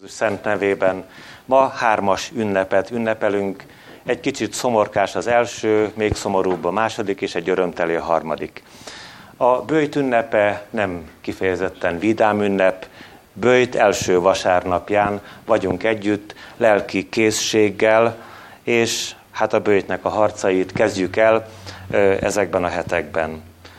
Szent nevében ma 3. ünnepet ünnepelünk. Egy kicsit szomorkás az első, még szomorúbb a második, és egy örömteli a harmadik. A böjt ünnepe nem kifejezetten vidám ünnep. Böjt első vasárnapján vagyunk együtt lelki készséggel, és hát a böjtnek a harcait kezdjük el ezekben a hetekben.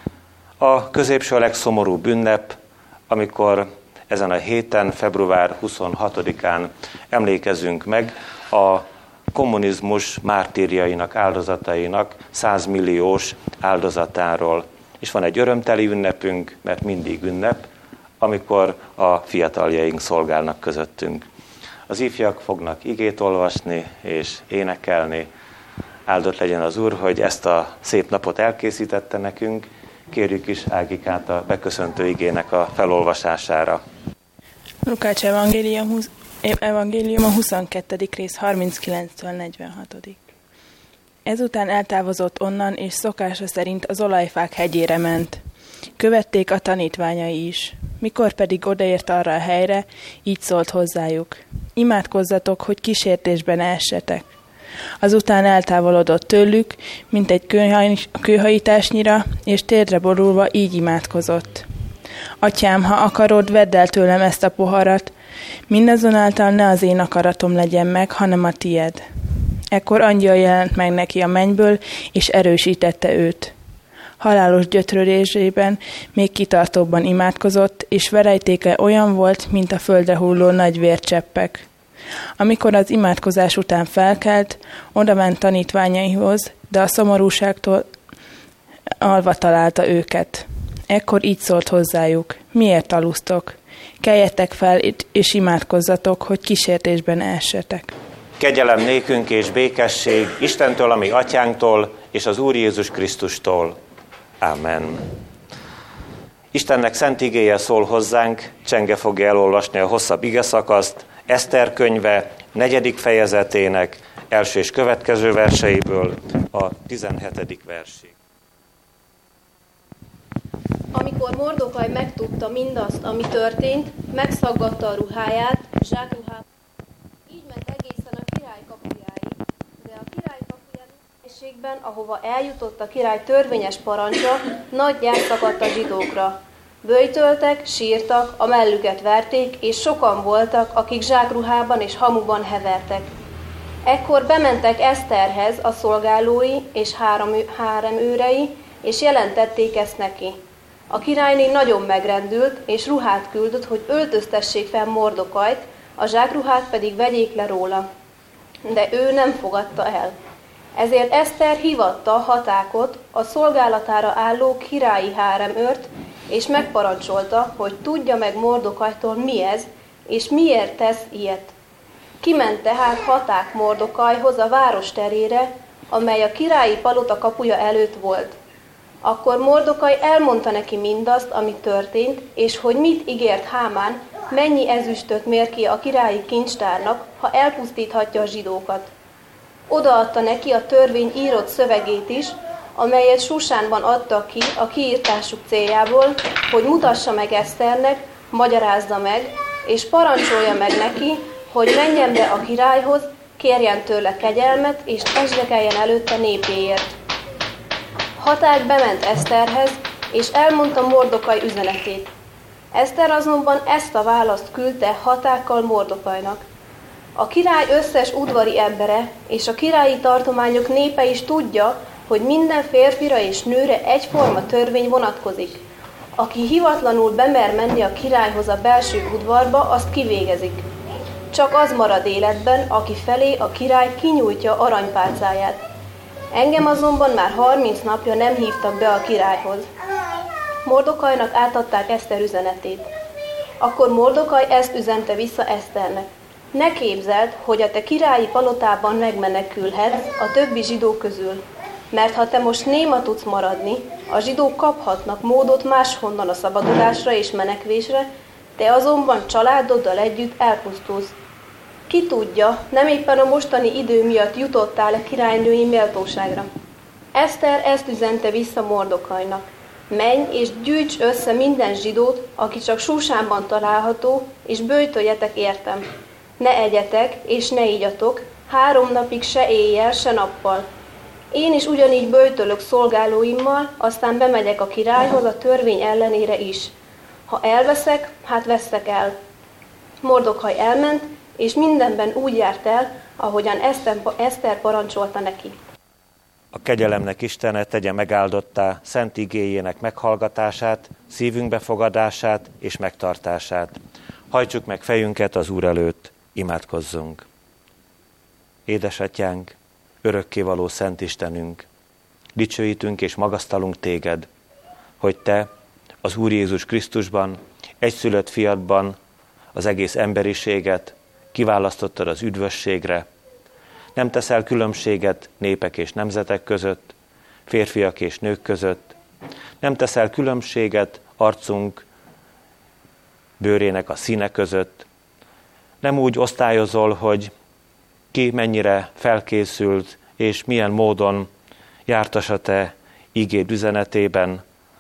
A középső a legszomorúbb ünnep, amikor ezen a héten, február 26-án emlékezünk meg a kommunizmus mártírjainak, áldozatainak 100 milliós áldozatáról. És van egy örömteli ünnepünk, mert mindig ünnep, amikor a fiataljaink szolgálnak közöttünk. Az ifjak fognak igét olvasni és énekelni. Áldott legyen az Úr, hogy ezt a szép napot elkészítette nekünk. Kérjük is Ágikát a beköszöntő igének a felolvasására. Lukács evangélium a 22. rész 39-től 46. Ezután eltávozott onnan, és szokása szerint az olajfák hegyére ment. Követték a tanítványai is. Mikor pedig odaért arra a helyre, így szólt hozzájuk: imádkozzatok, hogy kísértésben ne essetek. Azután eltávolodott tőlük, mint egy kőhajításnyira, és térdre borulva így imádkozott: Atyám, ha akarod, vedd el tőlem ezt a poharat, mindazonáltal ne az én akaratom legyen meg, hanem a tied. Ekkor angyal jelent meg neki a mennyből, és erősítette őt. Halálos gyötrődésében még kitartóbban imádkozott, és verejtéke olyan volt, mint a földre hulló nagy vércseppek. Amikor az imádkozás után felkelt, odament tanítványaihoz, de a szomorúságtól alva találta őket. Ekkor így szólt hozzájuk: miért alusztok? Keljetek fel és imádkozzatok, hogy kísértésben essetek. Kegyelem nékünk és békesség Istentől, a mi atyánktól, és az Úr Jézus Krisztustól. Amen. Istennek szent igéje szól hozzánk, Csenge fogja elolvasni a hosszabb igeszakaszt, Eszter könyve 4. fejezetének első és következő verseiből a 17. versig. Amikor Mordokaj megtudta mindazt, ami történt, megszaggatta a ruháját, zsákruhát, így ment egészen a király kapujáig. De a király kapujáig, ahova eljutott a király törvényes parancsa, nagy gyász szakadt a zsidókra. Böjtöltek, sírtak, a mellüket verték, és sokan voltak, akik zsákruhában és hamuban hevertek. Ekkor bementek Eszterhez a szolgálói és háremőrei, és jelentették ezt neki. A királyné nagyon megrendült, és ruhát küldött, hogy öltöztessék fel Mordokajt, a zsákruhát pedig vegyék le róla. De ő nem fogadta el. Ezért Eszter hívatta a hatákot, a szolgálatára álló királyi háremőrt, és megparancsolta, hogy tudja meg Mordokajtól mi ez, és miért tesz ilyet. Kiment tehát Haták Mordokajhoz a város terére, amely a királyi palota kapuja előtt volt. Akkor Mordokaj elmondta neki mindazt, ami történt, és hogy mit ígért Hámán, mennyi ezüstöt mér ki a királyi kincstárnak, ha elpusztíthatja a zsidókat. Odaadta neki a törvény írott szövegét is, amelyet Susánban adtak ki a kiírtásuk céljából, hogy mutassa meg Eszternek, magyarázza meg, és parancsolja meg neki, hogy menjen be a királyhoz, kérjen tőle kegyelmet, és esdekeljen előtte népéért. Haták bement Eszterhez, és elmondta Mordokaj üzenetét. Eszter azonban ezt a választ küldte Hatákkal Mordokajnak: a király összes udvari embere és a királyi tartományok népe is tudja, hogy minden férfira és nőre egyforma törvény vonatkozik. Aki hivatlanul bemer menni a királyhoz a belső udvarba, azt kivégezik. Csak az marad életben, aki felé a király kinyújtja aranypálcáját. Engem azonban már 30 napja nem hívtak be a királyhoz. Mordokajnak átadták Eszter üzenetét. Akkor Mordokaj ezt üzente vissza Eszternek: ne képzeld, hogy a te királyi palotában megmenekülhetsz a többi zsidó közül, mert ha te most néma tudsz maradni, a zsidók kaphatnak módot máshonnan a szabadulásra és menekvésre, te azonban családoddal együtt elpusztulsz. Ki tudja, nem éppen a mostani idő miatt jutottál-e királynői méltóságra. Eszter ezt üzente vissza Mordokajnak: menj és gyűjts össze minden zsidót, aki csak Susánban található, és böjtöljetek értem. Ne egyetek, és ne igyatok, 3 napig se éjjel, se nappal. Én is ugyanígy böjtölök szolgálóimmal, aztán bemegyek a királyhoz a törvény ellenére is. Ha elveszek, hát vesztek el. Mordokhaj elment, és mindenben úgy járt el, ahogyan Eszter parancsolta neki. A kegyelemnek Istene tegye megáldottá szent igéjének meghallgatását, szívünk befogadását és megtartását. Hajtsuk meg fejünket az Úr előtt, imádkozzunk. Édesatyánk, örökkévaló Szent Istenünk, dicsőítünk és magasztalunk téged, hogy te az Úr Jézus Krisztusban, egyszülött fiadban az egész emberiséget kiválasztottad az üdvösségre. Nem teszel különbséget népek és nemzetek között, férfiak és nők között. Nem teszel különbséget arcunk, bőrének a színe között. Nem úgy osztályozol, hogy ki mennyire felkészült, és milyen módon jártas a te igéd üzenetében,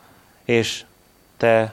és te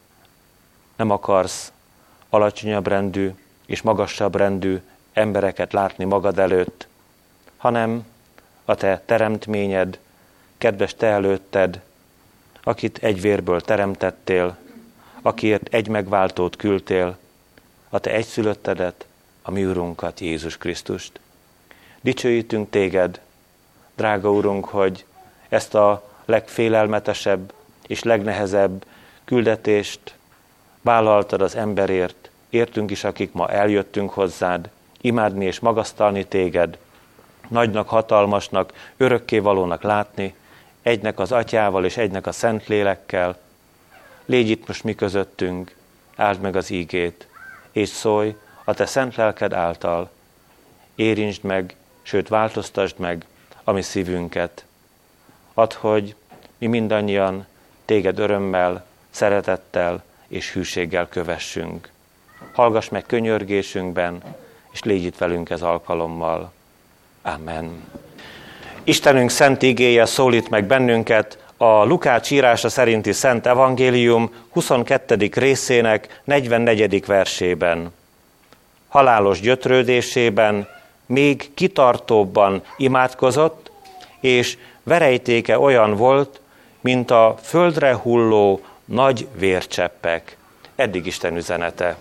nem akarsz alacsonyabb rendű és magasabb rendű embereket látni magad előtt, hanem a te teremtményed, kedves te előtted, akit egy vérből teremtettél, akiért egy megváltót küldtél, a te egyszülöttedet, a mi Urunkat, Jézus Krisztust. Dicsőítünk téged, drága Urunk, hogy ezt a legfélelmetesebb és legnehezebb küldetést vállaltad az emberért, értünk is, akik ma eljöttünk hozzád, imádni és magasztalni téged, nagynak, hatalmasnak, örökkévalónak látni, egynek az Atyával és egynek a Szentlélekkel. Légy itt most mi közöttünk, áld meg az ígét, és szólj a te szent lelked által. Érintsd meg, sőt változtasd meg a mi szívünket. Add, hogy mi mindannyian téged örömmel, szeretettel és hűséggel kövessünk. Hallgass meg könyörgésünkben, és légy itt velünk ez alkalommal. Amen. Istenünk szent igéje szólít meg bennünket a Lukács írása szerinti Szent Evangélium 22. részének 44. versében. Halálos gyötrődésében még kitartóbban imádkozott, és verejtéke olyan volt, mint a földre hulló nagy vércseppek. Eddig Isten üzenete.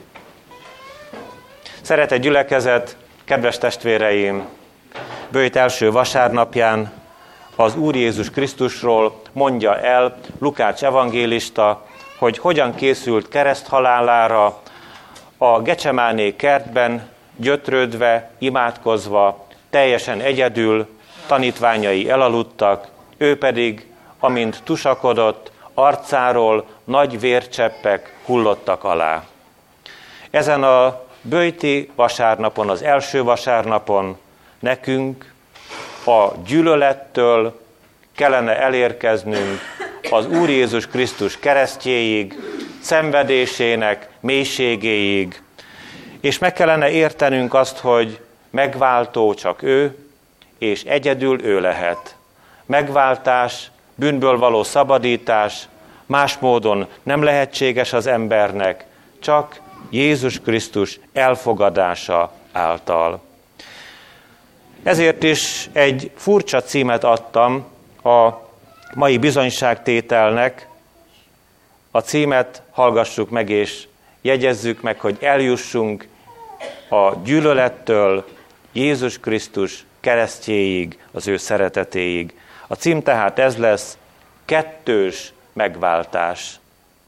Szeretett gyülekezet, kedves testvéreim! Böjt első vasárnapján az Úr Jézus Krisztusról mondja el Lukács evangélista, hogy hogyan készült kereszthalálára a Gecsemáné kertben, gyötrődve, imádkozva, teljesen egyedül, tanítványai elaludtak, ő pedig, amint tusakodott, arcáról nagy vércseppek hullottak alá. Ezen a böjti vasárnapon, az első vasárnapon nekünk a gyűlölettől kellene elérkeznünk az Úr Jézus Krisztus keresztjéig, szenvedésének mélységéig, és meg kellene értenünk azt, hogy megváltó csak ő, és egyedül ő lehet. Megváltás, bűnből való szabadítás más módon nem lehetséges az embernek, csak Jézus Krisztus elfogadása által. Ezért is egy furcsa címet adtam a mai bizonyságtételnek. A címet hallgassuk meg és jegyezzük meg, hogy eljussunk a gyűlölettől Jézus Krisztus keresztjéig, az ő szeretetéig. A cím tehát ez lesz: kettős megváltás.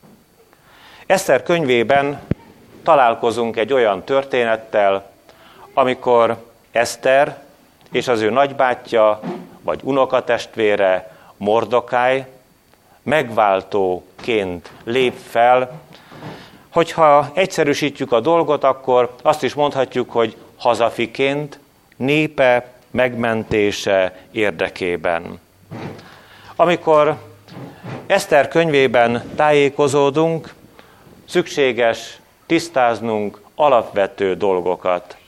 Eszter könyvében találkozunk egy olyan történettel, amikor Eszter és az ő nagybátyja vagy unokatestvére Mordokhaj megváltóként lép fel. Hogyha egyszerűsítjük a dolgot, akkor azt is mondhatjuk, hogy hazafiként, népe megmentése érdekében. Amikor Eszter könyvében tájékozódunk, szükséges tisztáznunk alapvető dolgokat.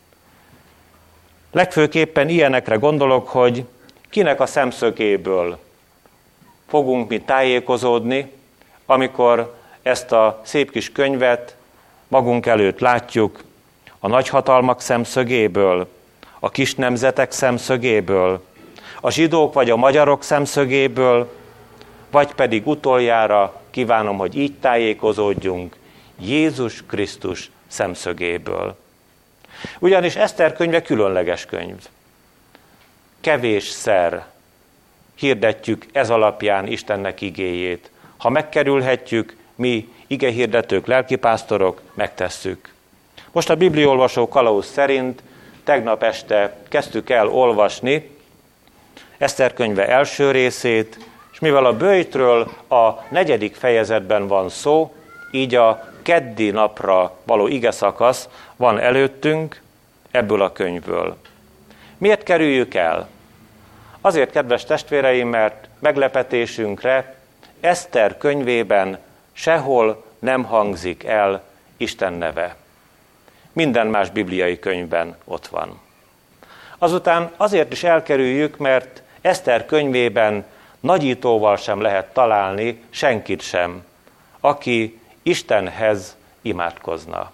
Legfőképpen ilyenekre gondolok, hogy kinek a szemszögéből fogunk mi tájékozódni, amikor ezt a szép kis könyvet magunk előtt látjuk, A nagyhatalmak szemszögéből, a kis nemzetek szemszögéből, a zsidók vagy a magyarok szemszögéből, vagy pedig utoljára kívánom, hogy így tájékozódjunk, Jézus Krisztus szemszögéből. Ugyanis Eszter könyve különleges könyv. Kevésszer hirdetjük ez alapján Istennek igéjét. Ha megkerülhetjük, mi igehirdetők, lelkipásztorok, megtesszük. Most a bibliaolvasó kalauz szerint tegnap este kezdtük el olvasni Eszter könyve első részét, és mivel a böjtről a 4. fejezetben van szó, így a keddi napra való igeszakasz van előttünk ebből a könyvből. Miért kerüljük el? Azért, kedves testvéreim, mert meglepetésünkre Eszter könyvében sehol nem hangzik el Isten neve. Minden más bibliai könyvben ott van. Azután azért is elkerüljük, mert Eszter könyvében nagyítóval sem lehet találni senkit sem, aki Istenhez imádkozna.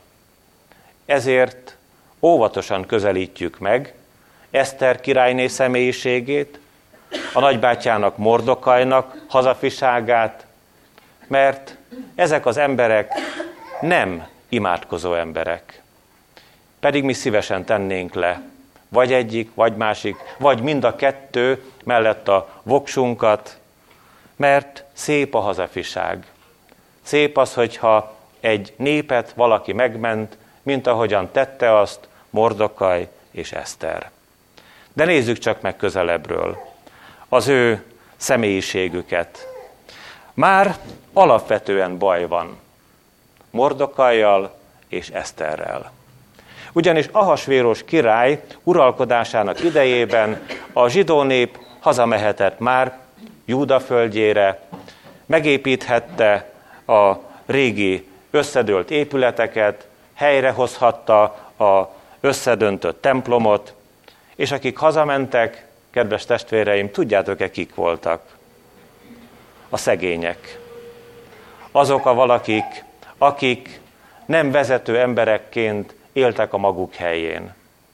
Ezért óvatosan közelítjük meg Eszter királyné személyiségét, a nagybátyjának, Mordokajnak hazafiságát, mert ezek az emberek nem imádkozó emberek. Pedig mi szívesen tennénk le, vagy egyik, vagy másik, vagy mind a kettő mellett a voksunkat, mert szép a hazafiság. Szép az, hogyha egy népet valaki megment, mint ahogyan tette azt Mordokaj és Eszter. De nézzük csak meg közelebbről az ő személyiségüket. Már alapvetően baj van Mordokajjal és Eszterrel. Ugyanis Ahasvéros király uralkodásának idejében a zsidó nép hazamehetett már Júda földjére, megépíthette a régi összedőlt épületeket, helyrehozhatta a összedöntött templomot, és akik hazamentek, kedves testvéreim, tudjátok-e, kik voltak? A szegények. Azok a valakik, akik nem vezető emberekként éltek a maguk helyén.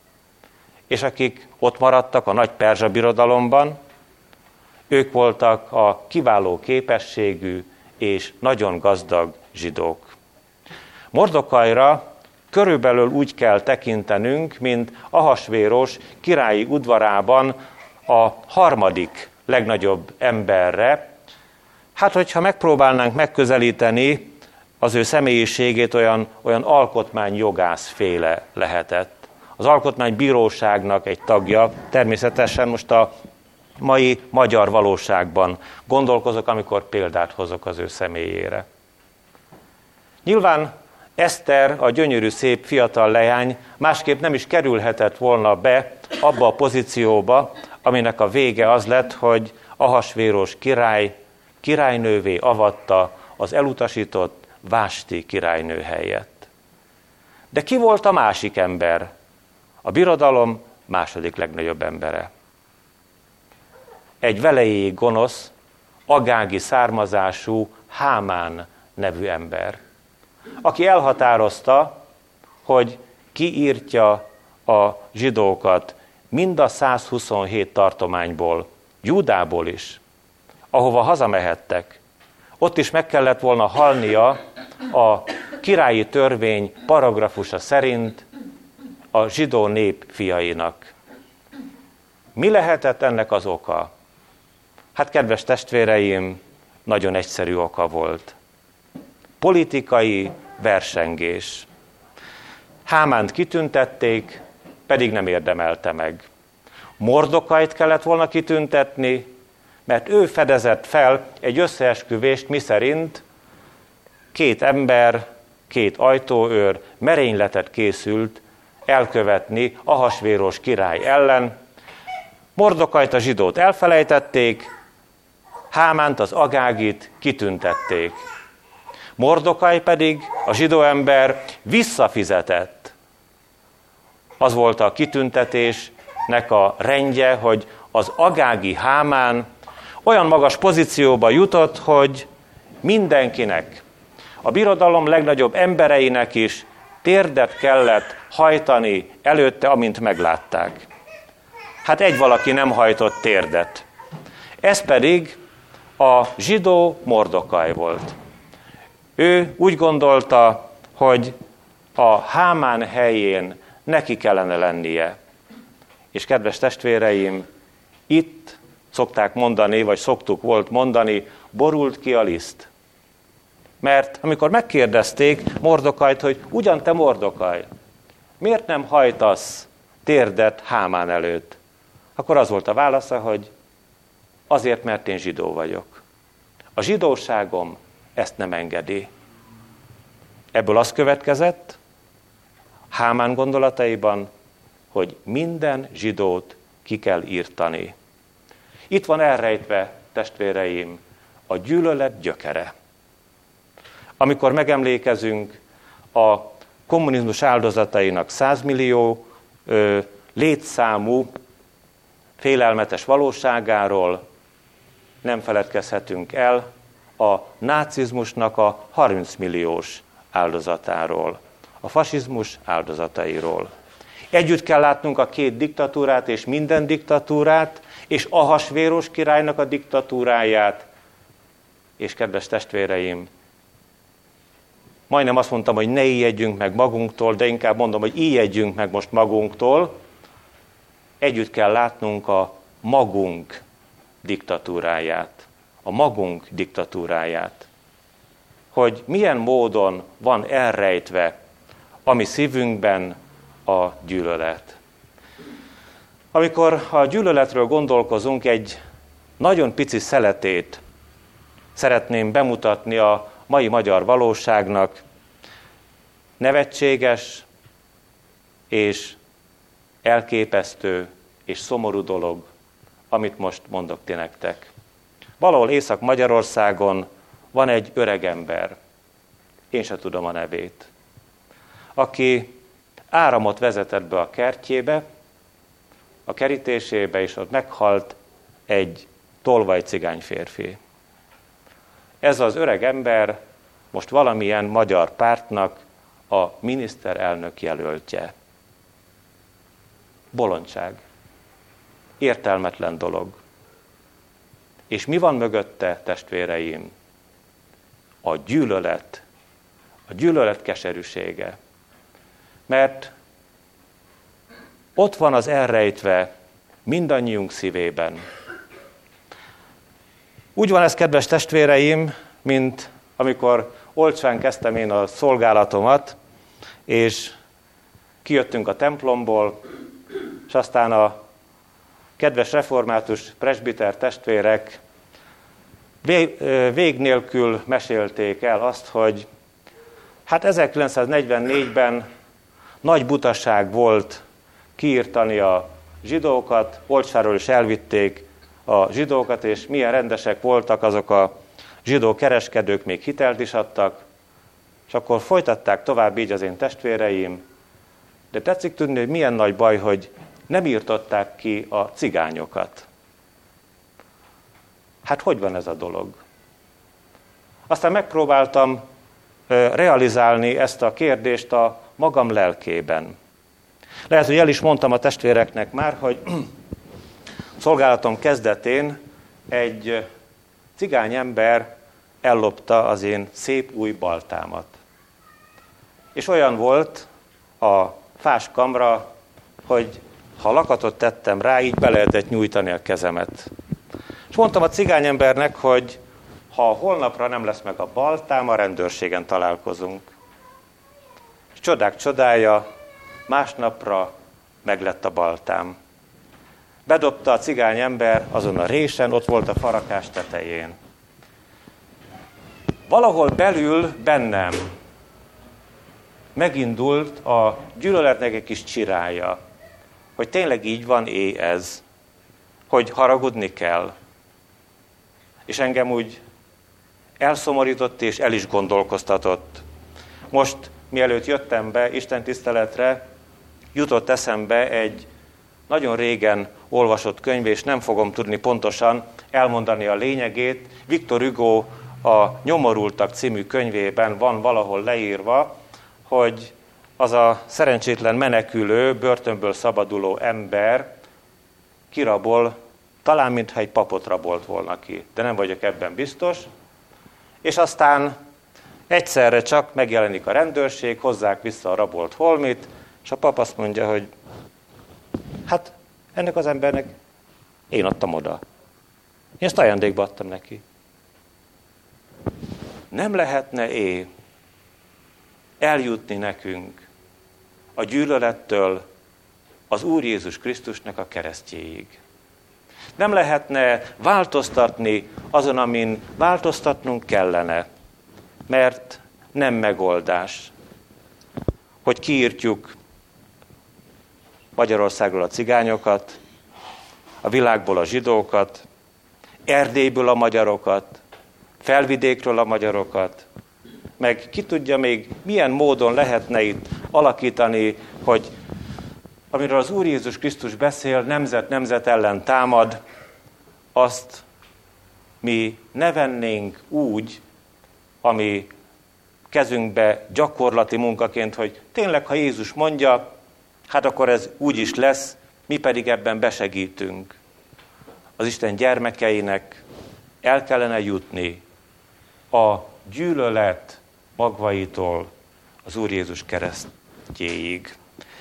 És akik ott maradtak a nagy perzsa birodalomban, ők voltak a kiváló képességű és nagyon gazdag zsidók. Mordokajra körülbelül úgy kell tekintenünk, mint Ahasvéros királyi udvarában a 3. legnagyobb emberre. Hát, hogyha megpróbálnánk megközelíteni, az ő személyiségét olyan alkotmányjogászféle lehetett. Az alkotmánybíróságnak egy tagja, természetesen most a mai magyar valóságban gondolkozok, amikor példát hozok az ő személyére. Nyilván Eszter, a gyönyörű, szép, fiatal leány másképp nem is kerülhetett volna be abba a pozícióba, aminek a vége az lett, hogy Ahasvéros király királynővé avatta az elutasított Vásti királynő helyett. De ki volt a másik ember? A birodalom 2. legnagyobb embere. Egy velejéig gonosz, agági származású Hámán nevű ember, aki elhatározta, hogy kiírtja a zsidókat mind a 127 tartományból, Júdából is, ahova hazamehettek. Ott is meg kellett volna halnia a királyi törvény paragrafusa szerint a zsidó nép fiainak. Mi lehetett ennek az oka? Hát, kedves testvéreim, nagyon egyszerű oka volt. Politikai versengés. Hámánt kitüntették, pedig nem érdemelte meg. Mordokajt kellett volna kitüntetni, mert ő fedezett fel egy összeesküvést, miszerint 2 ember, 2 ajtóőr merényletet készült elkövetni Ahasvéros király ellen. Mordokajt, a zsidót elfelejtették, Hámánt, az agágit kitüntették. Mordokaj pedig, a zsidó ember visszafizetett. Az volt a kitüntetésnek a rendje, hogy az agági Hámán olyan magas pozícióba jutott, hogy mindenkinek, a birodalom legnagyobb embereinek is térdet kellett hajtani előtte, amint meglátták. Hát egy valaki nem hajtott térdet. Ez pedig a zsidó Mordokaj volt. Ő úgy gondolta, hogy a Hámán helyén neki kellene lennie. És kedves testvéreim, itt szokták mondani, vagy szoktuk volt mondani, borult ki a liszt. Mert amikor megkérdezték Mordokajt, hogy ugyan te Mordokaj, miért nem hajtasz térdet Hámán előtt? Akkor az volt a válasza, hogy azért, mert én zsidó vagyok. A zsidóságom ezt nem engedi. Ebből az következett, Hámán gondolataiban, hogy minden zsidót ki kell írtani. Itt van elrejtve, testvéreim, a gyűlölet gyökere. Amikor megemlékezünk a kommunizmus áldozatainak 100 millió létszámú félelmetes valóságáról, nem feledkezhetünk el a nácizmusnak a 30 milliós áldozatáról, a fasizmus áldozatairól. Együtt kell látnunk a két diktatúrát és minden diktatúrát, és Ahasvéros királynak a diktatúráját. És kedves testvéreim, majdnem azt mondtam, hogy ne ijedjünk meg magunktól, de inkább mondom, hogy ijedjünk meg most magunktól. Együtt kell látnunk a magunk diktatúráját. A magunk diktatúráját. Hogy milyen módon van elrejtve a mi szívünkben a gyűlölet. Amikor a gyűlöletről gondolkozunk, egy nagyon pici szeletét szeretném bemutatni a mai magyar valóságnak. Nevetséges és elképesztő és szomorú dolog, amit most mondok ti nektek. Valahol Észak-Magyarországon van egy öreg ember, én se tudom a nevét, aki áramot vezetett be a kertjébe, a kerítésébe, és ott meghalt egy tolvaj cigány férfi. Ez az öreg ember most valamilyen magyar pártnak a miniszterelnök jelöltje. Bolondság. Értelmetlen dolog. És mi van mögötte, testvéreim? A gyűlölet. A gyűlölet keserűsége. Mert ott van az elrejtve mindannyiunk szívében. Úgy van ez, kedves testvéreim, mint amikor olcsán kezdtem én a szolgálatomat, és kijöttünk a templomból, és aztán a kedves református presbiter testvérek vég nélkül mesélték el azt, hogy hát 1944-ben nagy butaság volt kiírtani a zsidókat, Olcsáról is elvitték a zsidókat, és milyen rendesek voltak azok a zsidó kereskedők, még hitelt is adtak, és akkor folytatták tovább így az én testvéreim, de tetszik tudni, hogy milyen nagy baj, hogy nem írtották ki a cigányokat. Hát hogy van ez a dolog? Aztán megpróbáltam realizálni ezt a kérdést a magam lelkében. Lehet, hogy el is mondtam a testvéreknek már, hogy szolgálatom kezdetén egy cigány ember ellopta az én szép új baltámat. És olyan volt a fáskamra, hogy ha lakatot tettem rá, így be lehetett nyújtani a kezemet. És mondtam a cigányembernek, hogy ha holnapra nem lesz meg a baltám, a rendőrségen találkozunk. És csodák csodája, másnapra meglett a baltám. Bedobta a cigányember azon a résen, ott volt a farakás tetején. Valahol belül bennem megindult a gyűlöletnek egy kis csirája, hogy tényleg így van ez, hogy haragudni kell. És engem úgy elszomorított és el is gondolkoztatott. Most, mielőtt jöttem be Isten tiszteletre, jutott eszembe egy nagyon régen olvasott könyv, és nem fogom tudni pontosan elmondani a lényegét. Victor Hugo a Nyomorultak című könyvében van valahol leírva, hogy az a szerencsétlen menekülő, börtönből szabaduló ember kirabol, talán mintha egy papot rabolt volna ki, de nem vagyok ebben biztos, és aztán egyszerre csak megjelenik a rendőrség, hozzák vissza a rabolt holmit, és a pap azt mondja, hogy hát ennek az embernek én adtam oda. Én ezt ajándékba adtam neki. Nem lehetne eljutni nekünk a gyűlölettől az Úr Jézus Krisztusnak a keresztjéig. Nem lehetne változtatni azon, amin változtatnunk kellene, mert nem megoldás, hogy kiírtjuk Magyarországról a cigányokat, a világból a zsidókat, Erdélyből a magyarokat, Felvidékről a magyarokat, meg ki tudja még milyen módon lehetne itt alakítani, hogy amiről az Úr Jézus Krisztus beszél, nemzet ellen támad, azt mi ne vennénk úgy, ami kezünkbe gyakorlati munkaként, hogy tényleg, ha Jézus mondja, hát akkor ez úgy is lesz, mi pedig ebben besegítünk. Az Isten gyermekeinek el kellene jutni a gyűlölet magvaitól az Úr Jézus keresztjéig.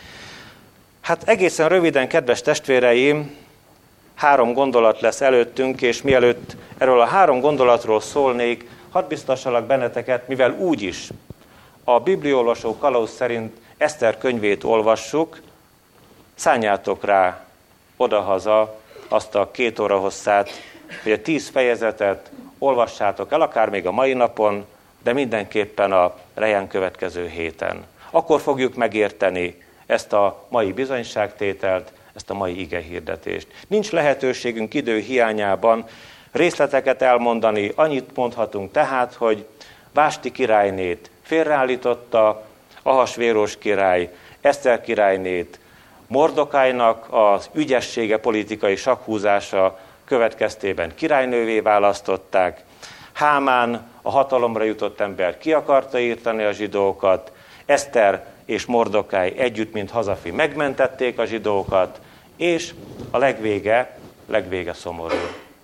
Hát egészen röviden, kedves testvéreim, 3 gondolat lesz előttünk, és mielőtt erről a 3 gondolatról szólnék, hadd biztassalak benneteket, mivel úgyis a bibliolvasó kalauz szerint Eszter könyvét olvassuk, szánjátok rá odahaza azt a 2 óra hosszát, hogy a 10 fejezetet olvassátok el, akár még a mai napon, de mindenképpen a reján következő héten. Akkor fogjuk megérteni ezt a mai bizonyságtételt, ezt a mai igehirdetést. Nincs lehetőségünk idő hiányában részleteket elmondani, annyit mondhatunk tehát, hogy Vásti királynét félreállította Ahasvéros király, Eszter királynét, Mordokájnak az ügyessége, politikai sakkhúzása következtében királynővé választották, Hámán, a hatalomra jutott ember ki akarta írtani a zsidókat, Eszter és Mordokáj együtt, mint hazafi, megmentették a zsidókat, és a legvége szomorú.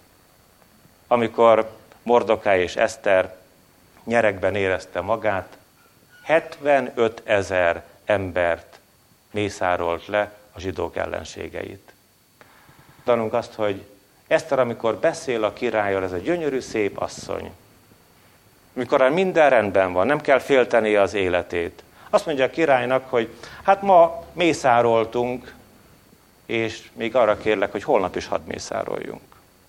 Amikor Mordokáj és Eszter nyeregben érezte magát, 75 000 embert mészárolt le a zsidók ellenségeit. Tanulunk azt, hogy Eszter, amikor beszél a királlyal, ez egy gyönyörű, szép asszony. Mikor minden rendben van, nem kell féltenie az életét. Azt mondja a királynak, hogy hát ma mészároltunk, és még arra kérlek, hogy holnap is hadd mészároljunk.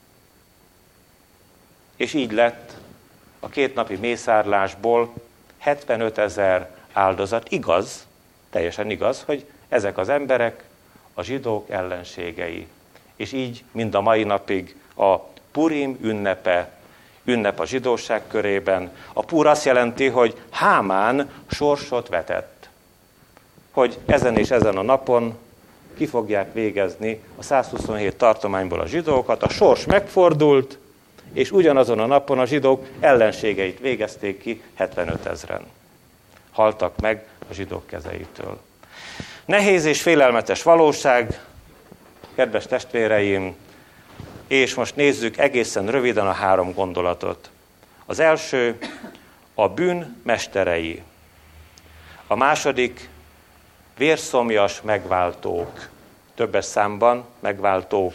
És így lett a 2 napi mészárlásból 75 000 áldozat. Igaz, teljesen igaz, hogy ezek az emberek a zsidók ellenségei. És így mind a mai napig a Purim ünnep a zsidóság körében. A Pur azt jelenti, hogy Hámán sorsot vetett. Hogy ezen és ezen a napon ki fogják végezni a 127 tartományból a zsidókat, a sors megfordult, és ugyanazon a napon a zsidók ellenségeit végezték ki 75 000-en. Haltak meg a zsidók kezeitől. Nehéz és félelmetes valóság, kedves testvéreim, és most nézzük egészen röviden a 3 gondolatot. Az első, a bűn mesterei. A második, vérszomjas megváltók, többes számban megváltók.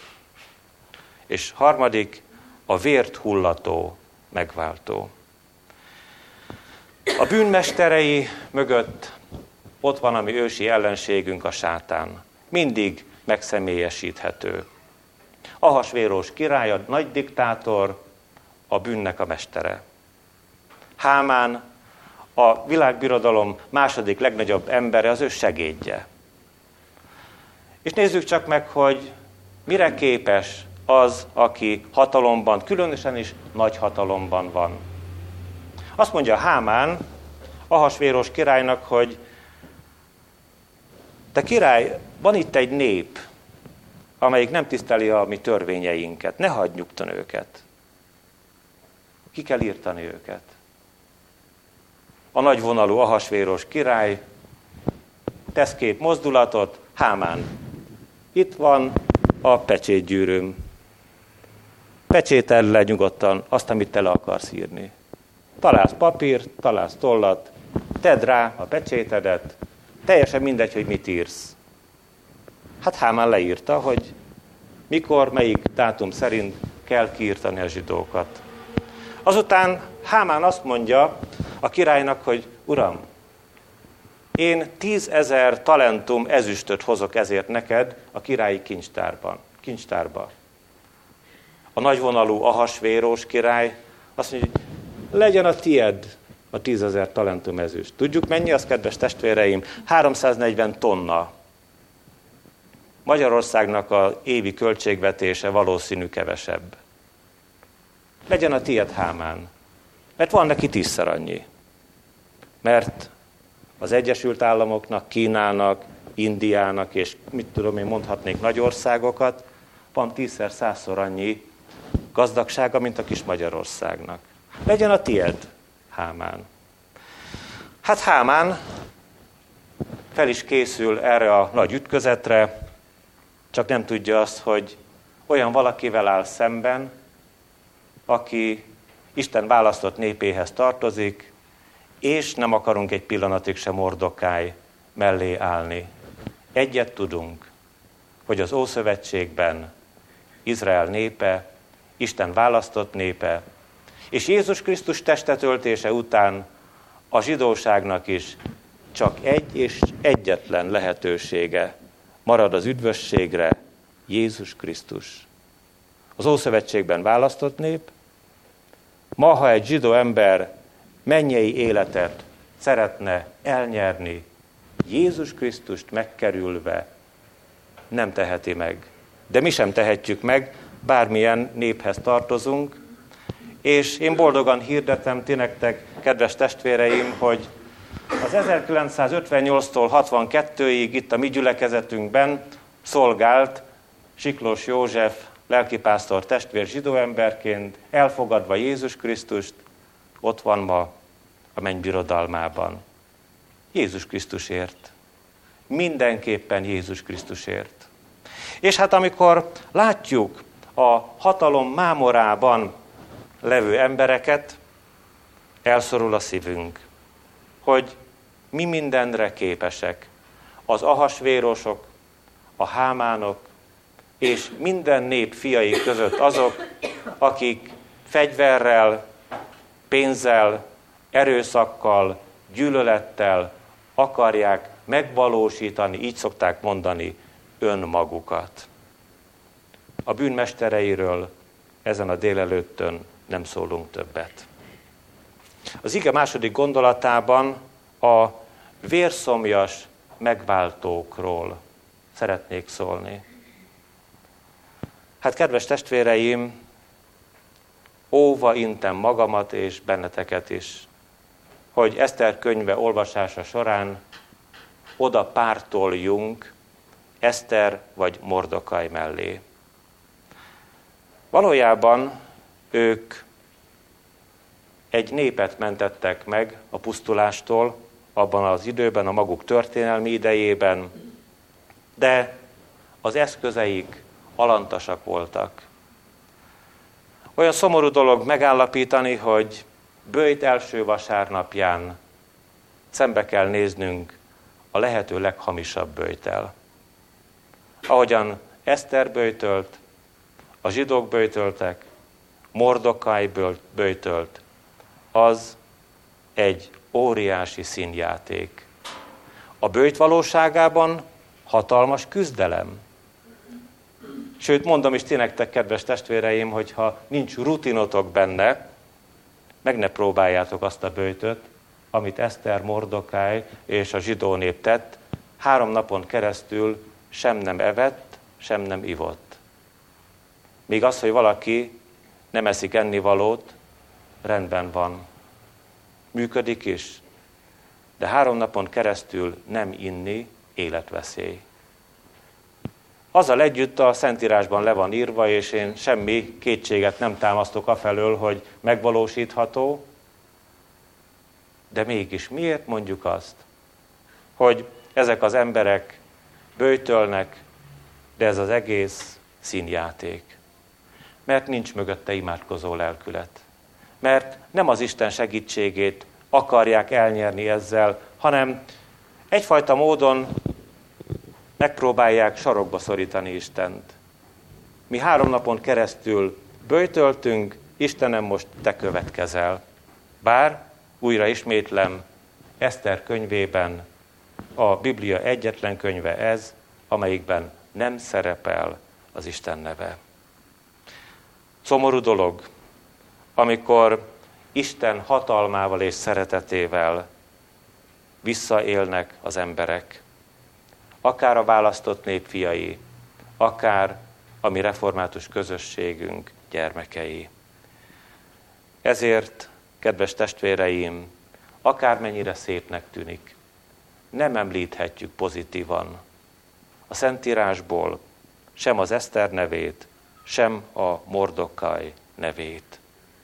És harmadik, a vért hullató megváltó. A bűnmesterei mögött ott van a mi ősi ellenségünk, a sátán. Mindig megszemélyesíthető. Ahasvéros király, a nagy diktátor, a bűnnek a mestere. Hámán, a világbirodalom második legnagyobb embere, az ő segédje. És nézzük csak meg, hogy mire képes az, aki hatalomban, különösen is nagy hatalomban van. Azt mondja Hámán Ahasvéros királynak, hogy te király, van itt egy nép, amelyik nem tiszteli a mi törvényeinket. Ne hagyd nyugton őket. Ki kell írtani őket. A nagyvonalú Ahasvéros király tesz két mozdulatot, Hámán. Itt van a pecsétgyűrűm. Pecsételd le nyugodtan azt, amit te le akarsz írni. Találsz papírt, találsz tollat, tedd rá a pecsétedet, teljesen mindegy, hogy mit írsz. Hát Hámán leírta, hogy mikor, melyik dátum szerint kell kiírtani a zsidókat. Azután Hámán azt mondja a királynak, hogy Uram, én 10 000 talentum ezüstöt hozok ezért neked a királyi kincstárba. A nagyvonalú Ahasvérós király azt mondja, hogy legyen a tied a 10 000 talentum ezüst. Tudjuk mennyi az, kedves testvéreim? 340 tonna. Magyarországnak az évi költségvetése valószínű kevesebb. Legyen a tied, Hámán. Mert van neki 10-szer annyi. Mert az Egyesült Államoknak, Kínának, Indiának, és mit tudom én, mondhatnék nagy országokat, van 10-szer, 100-szor annyi gazdagsága, mint a kis Magyarországnak. Legyen a tied, Hámán. Hát Hámán fel is készül erre a nagy ütközetre, csak nem tudja azt, hogy olyan valakivel áll szemben, aki Isten választott népéhez tartozik, és nem akarunk egy pillanatig sem Mordokáj mellé állni. Egyet tudunk, hogy az Ószövetségben Izrael népe, Isten választott népe, és Jézus Krisztus testetöltése után a zsidóságnak is csak egy és egyetlen lehetősége marad az üdvösségre, Jézus Krisztus. Az Ószövetségben választott nép, ma, ha egy zsidó ember mennyei életet szeretne elnyerni, Jézus Krisztust megkerülve nem teheti meg. De mi sem tehetjük meg, bármilyen néphez tartozunk, és én boldogan hirdetem ti nektek, kedves testvéreim, hogy az 1958-tól 62-ig itt a mi gyülekezetünkben szolgált Siklós József lelkipásztor testvér zsidó emberként, elfogadva Jézus Krisztust, ott van ma a mennybirodalmában. Jézus Krisztusért. Mindenképpen Jézus Krisztusért. És hát amikor látjuk a hatalom mámorában levő embereket, elszorul a szívünk, hogy mi mindenre képesek. Az Ahasvérosok, a Hámánok, és minden nép fiai között azok, akik fegyverrel, pénzzel, erőszakkal, gyűlölettel akarják megvalósítani, így szokták mondani, önmagukat. A bűnmestereiről ezen a délelőttön nem szólunk többet. Az ige második gondolatában a vérszomjas megváltókról szeretnék szólni. Hát, kedves testvéreim, óva intem magamat és benneteket is, hogy Eszter könyve olvasása során oda pártoljunk Eszter vagy Mordokaj mellé. Valójában ők egy népet mentettek meg a pusztulástól abban az időben, a maguk történelmi idejében, de az eszközeik alantasak voltak. Olyan szomorú dolog megállapítani, hogy böjt első vasárnapján szembe kell néznünk a lehető leghamisabb böjttel. Ahogyan Eszter böjtölt, a zsidók böjtöltek, Mordokaj böjtölt, az egy óriási színjáték. A böjt valóságában hatalmas küzdelem. Sőt, mondom is ti nektek, kedves testvéreim, hogyha nincs rutinotok benne, meg ne próbáljátok azt a böjtöt, amit Eszter, Mordokaj és a zsidó nép tett, 3 napon keresztül sem nem evett, sem nem ivott. Még az, hogy valaki nem eszik ennivalót, rendben van. Működik is. De 3 napon keresztül nem inni, életveszély. Azzal együtt a Szentírásban le van írva, és én semmi kétséget nem támasztok afelől, hogy megvalósítható, de mégis miért mondjuk azt, hogy ezek az emberek böjtölnek, de ez az egész színjáték. Mert nincs mögötte imádkozó lelkület. Mert nem az Isten segítségét akarják elnyerni ezzel, hanem egyfajta módon megpróbálják sarokba szorítani Istent. Mi 3 napon keresztül böjtöltünk, Istenem, most te következel. Bár, újra ismétlem, Eszter könyvében a Biblia egyetlen könyve ez, amelyikben nem szerepel az Isten neve. Szomorú dolog, amikor Isten hatalmával és szeretetével visszaélnek az emberek, akár a választott nép fiai, akár a mi református közösségünk gyermekei. Ezért, kedves testvéreim, akármennyire szépnek tűnik, nem említhetjük pozitívan a Szentírásból sem az Eszter nevét, sem a Mordokaj nevét.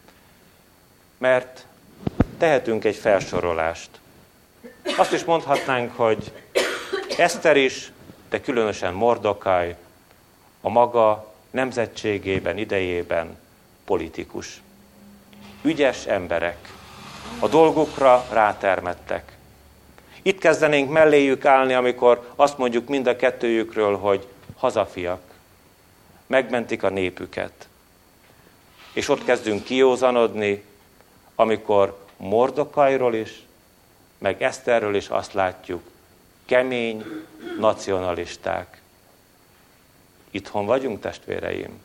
Mert tehetünk egy felsorolást. Azt is mondhatnánk, hogy Eszter is, de különösen Mordokaj a maga nemzetségében, idejében politikus. Ügyes emberek, a dolgukra rátermettek. Itt kezdenénk melléjük állni, amikor azt mondjuk mind a kettőjükről, hogy hazafiak, megmentik a népüket. És ott kezdünk kiózanodni, amikor Mordokajról is, meg Eszterről is azt látjuk, kemény nacionalisták. Itthon vagyunk, testvéreim?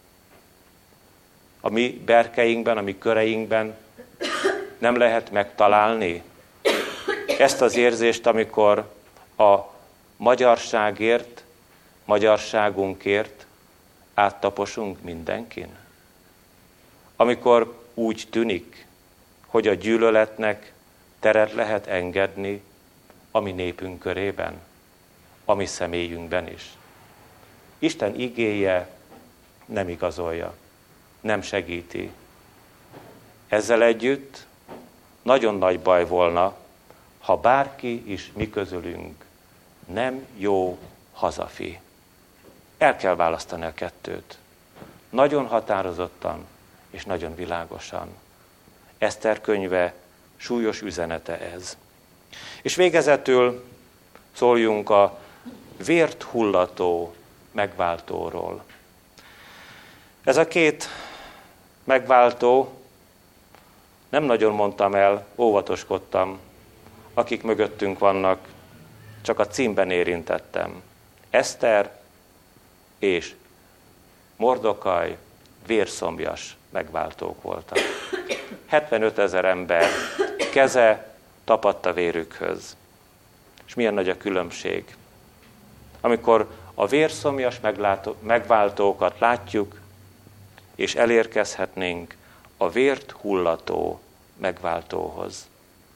A mi berkeinkben, a mi köreinkben nem lehet megtalálni ezt az érzést, amikor a magyarságért, magyarságunkért áttaposunk mindenkin? Amikor úgy tűnik, hogy a gyűlöletnek teret lehet engedni a mi népünk körében, a mi személyünkben is. Isten igéje nem igazolja, nem segíti. Ezzel együtt nagyon nagy baj volna, ha bárki is mi közülünk nem jó hazafi. El kell választani a kettőt. Nagyon határozottan és nagyon világosan. Eszter könyve súlyos üzenete ez. És végezetül szóljunk a vért hullató megváltóról. Ez a 2 megváltó, nem nagyon mondtam el, óvatoskodtam, akik mögöttünk vannak, csak a címben érintettem. Eszter és Mordokaj vérszomjas megváltók voltak. 75 000 ember keze tapadt a vérükhöz. És milyen nagy a különbség. Amikor a vérszomjas megváltókat látjuk, és elérkezhetnénk a vért hullató megváltóhoz.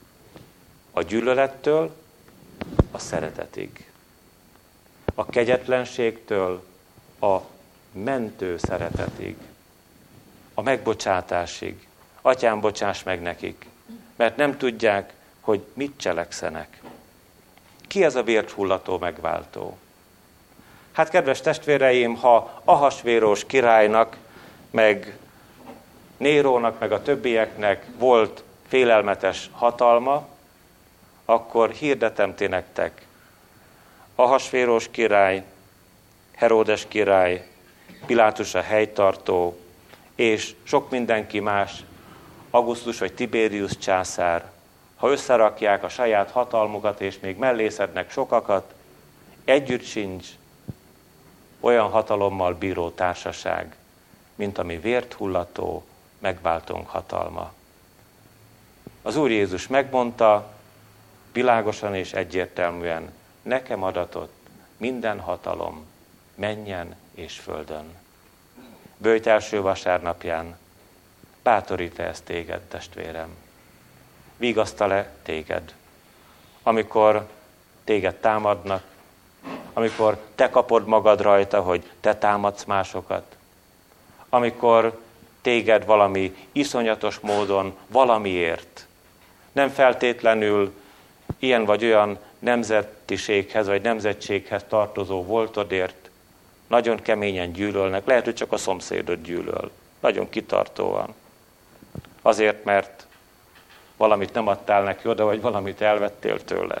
A gyűlölettől a szeretetig. A kegyetlenségtől a mentő szeretetig. A megbocsátásig. Atyám, bocsáss meg nekik, mert nem tudják, hogy mit cselekszenek. Ki ez a vért hullató megváltó? Hát, kedves testvéreim, ha Ahasvéros királynak, meg Nérónak, meg a többieknek volt félelmetes hatalma, akkor hirdetem ti nektek. Ahasvéros király, Heródes király, Pilátus a helytartó, és sok mindenki más, Augustus vagy Tiberius császár, ha összerakják a saját hatalmukat, és még mellé szednek sokakat, együtt sincs olyan hatalommal bíró társaság, mint ami vért hullató megváltónk hatalma. Az Úr Jézus megmondta, világosan és egyértelműen, nekem adatott minden hatalom mennyen és földön. Böjt első vasárnapján bátorít ez téged, testvérem? Vigasztal-e téged? Amikor téged támadnak, amikor te kapod magad rajta, hogy te támadsz másokat, amikor téged valami iszonyatos módon valamiért, nem feltétlenül ilyen vagy olyan nemzetiséghez vagy nemzetséghez tartozó voltodért nagyon keményen gyűlölnek, lehet, hogy csak a szomszédot gyűlöl, nagyon kitartóan. Azért, mert valamit nem adtál neki oda, vagy valamit elvettél tőle.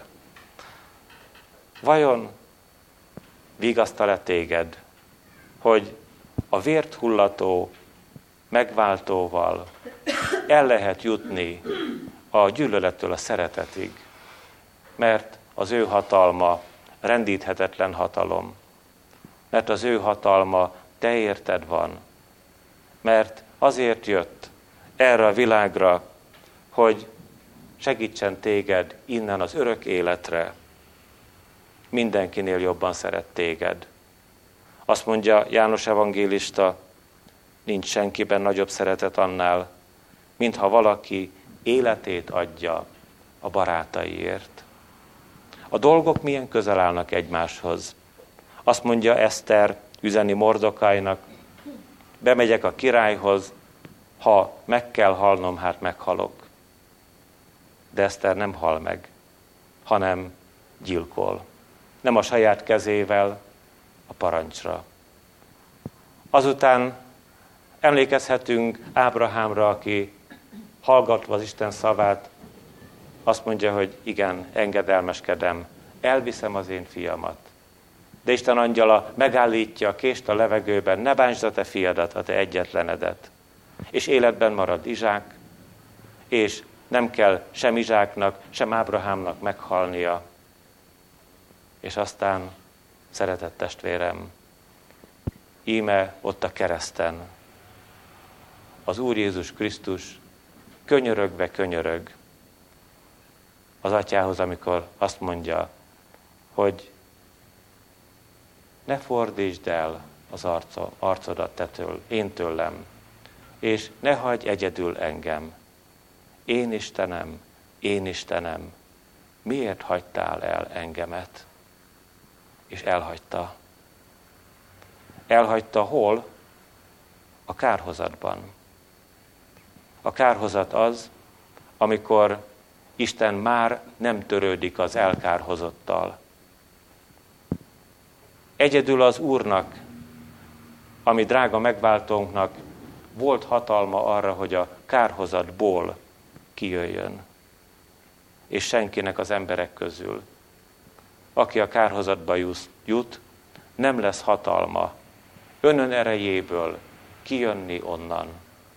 Vajon vigasztal-e téged, hogy a vért hullató megváltóval el lehet jutni a gyűlölettől a szeretetig, mert az ő hatalma rendíthetetlen hatalom, mert az ő hatalma te érted van, mert azért jött erre a világra, hogy segítsen téged innen az örök életre. Mindenkinél jobban szeret téged. Azt mondja János evangélista, nincs senkiben nagyobb szeretet annál, mintha valaki életét adja a barátaiért. A dolgok milyen közel állnak egymáshoz. Azt mondja Eszter, üzeni Mordokainak, bemegyek a királyhoz, ha meg kell halnom, hát meghalok. De Eszter nem hal meg, hanem gyilkol. Nem a saját kezével, a parancsra. Azután emlékezhetünk Ábrahámra, aki hallgatva az Isten szavát, azt mondja, hogy igen, engedelmeskedem, elviszem az én fiamat. De Isten angyala megállítja a kést a levegőben, ne bántsd a te fiadat, a te egyetlenedet. És életben marad Izsák, és nem kell sem Izsáknak, sem Ábrahámnak meghalnia. És aztán, szeretett testvérem, íme ott a kereszten az Úr Jézus Krisztus könyörögve könyörög az atyához, amikor azt mondja, hogy ne fordítsd el az arcodat én tőlem, és ne hagyj egyedül engem. Én Istenem, miért hagytál el engemet? És elhagyta. Elhagyta hol? A kárhozatban. A kárhozat az, amikor Isten már nem törődik az elkárhozottal. Egyedül az Úrnak, ami drága megváltónknak volt hatalma arra, hogy a kárhozatból kijöjjön. És senkinek az emberek közül, aki a kárhozatba jut, nem lesz hatalma önön erejéből kijönni onnan.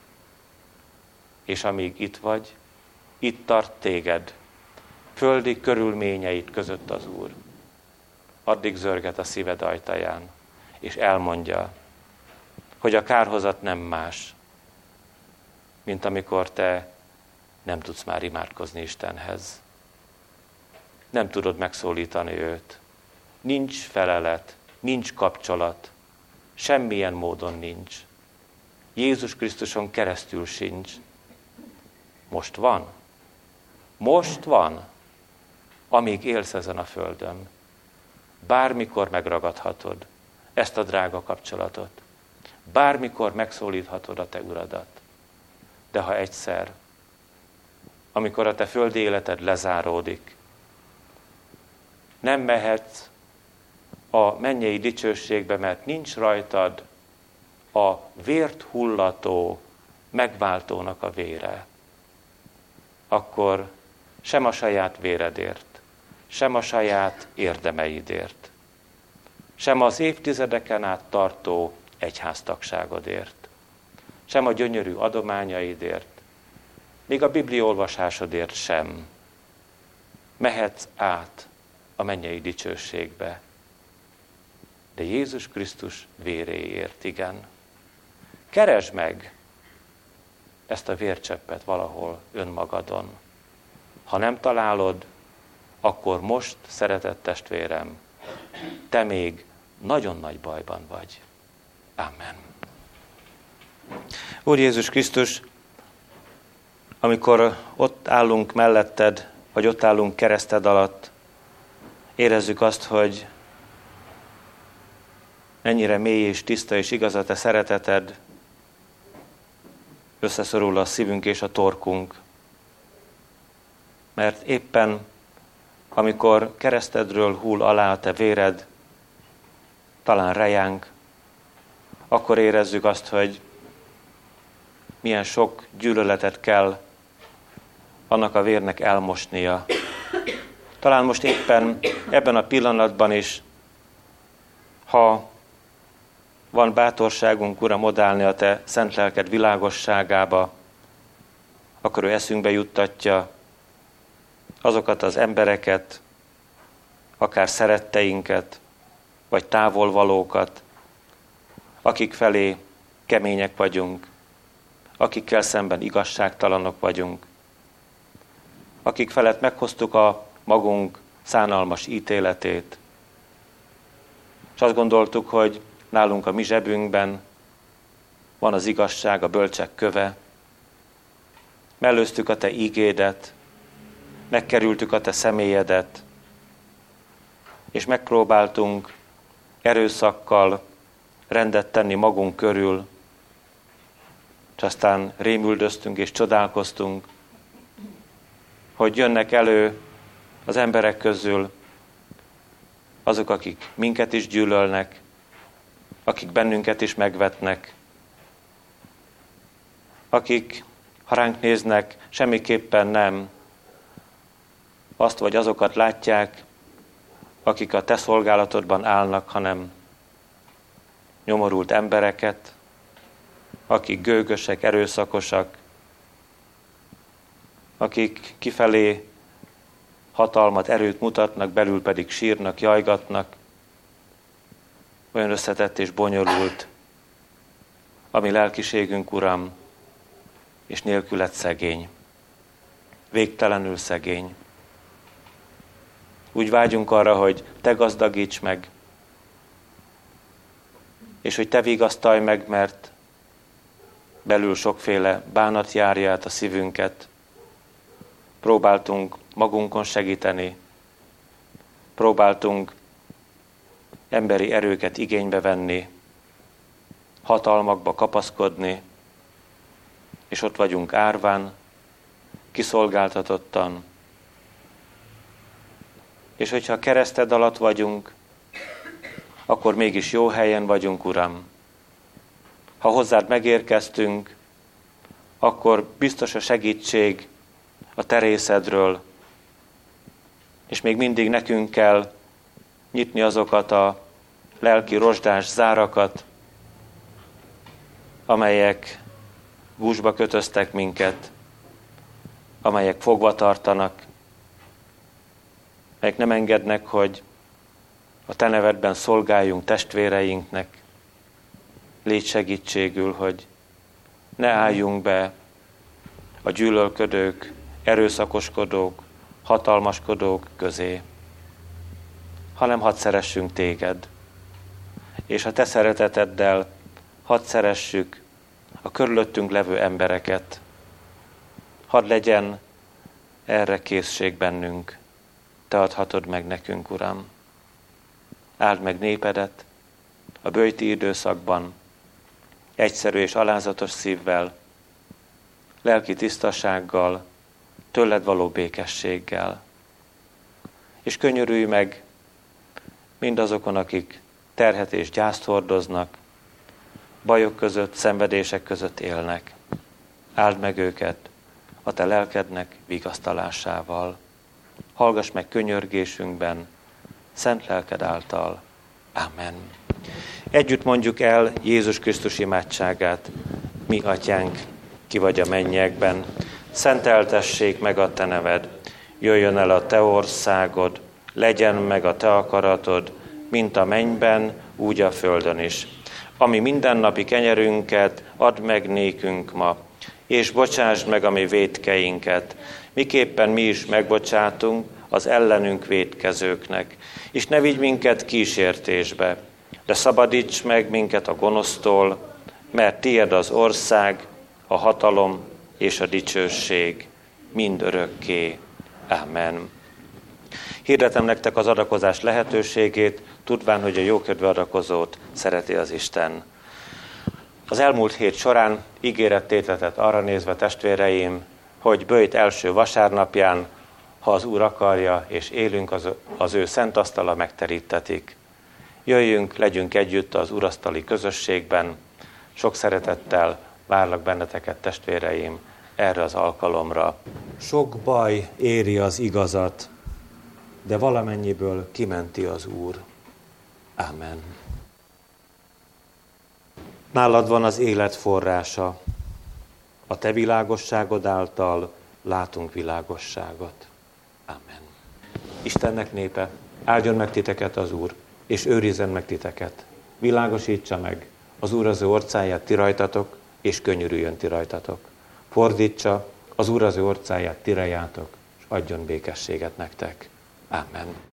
És amíg itt vagy, itt tart téged, földi körülményeit között az Úr. Addig zörget a szíved ajtaján, és elmondja, hogy a kárhozat nem más, mint amikor te nem tudsz már imádkozni Istenhez. Nem tudod megszólítani őt. Nincs felelet, nincs kapcsolat, semmilyen módon nincs. Jézus Krisztuson keresztül sincs. Most van. Most van, amíg élsz ezen a földön. Bármikor megragadhatod ezt a drága kapcsolatot. Bármikor megszólíthatod a te uradat. De ha egyszer, amikor a te földi életed lezáródik, nem mehetsz a mennyei dicsőségbe, mert nincs rajtad a vért hullató megváltónak a vére, akkor sem a saját véredért, sem a saját érdemeidért, sem az évtizedeken át tartó egyháztagságodért, sem a gyönyörű adományaidért, még a bibliaolvasásodért sem mehetsz át a mennyei dicsőségbe. De Jézus Krisztus véréért, igen. Keresd meg ezt a vércseppet valahol önmagadon. Ha nem találod, akkor most, szeretett testvérem, te még nagyon nagy bajban vagy. Amen. Úr Jézus Krisztus, amikor ott állunk melletted, vagy ott állunk kereszted alatt, érezzük azt, hogy mennyire mély és tiszta és igaz a te szereteted, összeszorul a szívünk és a torkunk. Mert éppen amikor keresztedről hull alá a te véred, talán rejánk, akkor érezzük azt, hogy milyen sok gyűlöletet kell annak a vérnek elmosnia. Talán most éppen ebben a pillanatban is, ha van bátorságunk, Uram, odállni a te szent lelked világosságába, akkor ő eszünkbe juttatja azokat az embereket, akár szeretteinket, vagy távolvalókat, akik felé kemények vagyunk, akikkel szemben igazságtalanok vagyunk, akik felett meghoztuk a magunk szánalmas ítéletét, és azt gondoltuk, hogy nálunk a mi zsebünkben van az igazság, a bölcsek köve, mellőztük a te ígédet, megkerültük a te személyedet, és megpróbáltunk erőszakkal rendet tenni magunk körül, és aztán rémüldöztünk és csodálkoztunk, hogy jönnek elő az emberek közül azok, akik minket is gyűlölnek, akik bennünket is megvetnek, akik, ha ránk néznek, semmiképpen nem azt vagy azokat látják, akik a te szolgálatodban állnak, hanem nyomorult embereket, akik gőgösek, erőszakosak, akik kifelé hatalmat, erőt mutatnak, belül pedig sírnak, jajgatnak. Olyan összetett és bonyolult a mi lelkiségünk, Uram, és nélküled szegény, végtelenül szegény. Úgy vágyunk arra, hogy te gazdagíts meg, és hogy te vigasztalj meg, mert belül sokféle bánat járja át a szívünket. Próbáltunk magunkon segíteni, próbáltunk emberi erőket igénybe venni, hatalmakba kapaszkodni, és ott vagyunk árván, kiszolgáltatottan. És hogyha a kereszted alatt vagyunk, akkor mégis jó helyen vagyunk, Uram. Ha hozzád megérkeztünk, akkor biztos a segítség a te részedről, és még mindig nekünk kell nyitni azokat a lelki rozsdás zárakat, amelyek gúzsba kötöztek minket, amelyek fogva tartanak, amelyek nem engednek, hogy a te nevedben szolgáljunk testvéreinknek. Légy segítségül, hogy ne álljunk be a gyűlölködők, erőszakoskodók, hatalmaskodók közé, hanem hadd szeressünk téged, és a te szereteteddel hadd szeressük a körülöttünk levő embereket. Hadd legyen erre készség bennünk, te adhatod meg nekünk, Uram. Áld meg népedet a böjti időszakban, egyszerű és alázatos szívvel, lelki tisztasággal, tőled való békességgel. És könyörülj meg mindazokon, akik terhet és gyászt hordoznak, bajok között, szenvedések között élnek. Áld meg őket a te lelkednek vigasztalásával. Hallgass meg könyörgésünkben, szent lelked által. Amen. Együtt mondjuk el Jézus Krisztus imádságát. Mi atyánk, ki vagy a mennyekben, szenteltessék meg a te neved, jöjjön el a te országod, legyen meg a te akaratod, mint a mennyben, úgy a földön is. Ami mindennapi kenyerünket add meg nékünk ma, és bocsásd meg a mi vétkeinket, miképpen mi is megbocsátunk az ellenünk vétkezőknek. És ne vigy minket kísértésbe, de szabadíts meg minket a gonosztól, mert tied az ország, a hatalom és a dicsőség mind örökké. Amen. Hirdetem nektek az adakozás lehetőségét, tudván, hogy a jókedvű adakozót szereti az Isten. Az elmúlt hét során ígéretét vetett arra nézve, testvéreim, hogy böjt első vasárnapján ha az Úr akarja, és élünk, az ő szent asztala megterítetik. Jöjjünk, legyünk együtt az urasztali közösségben. Sok szeretettel várlak benneteket, testvéreim, erre az alkalomra. Sok baj éri az igazat, de valamennyiből kimenti az Úr. Ámen. Nálad van az élet forrása. A te világosságod által látunk világosságot. Ámen. Istennek népe, áldjon meg titeket az Úr, és őrizzen meg titeket. Világosítsa meg az Úr az ő orcáját ti rajtatok, és könyörüljön ti rajtatok. Fordítsa az Úr az ő orcáját ti rejátok, és adjon békességet nektek. Ámen.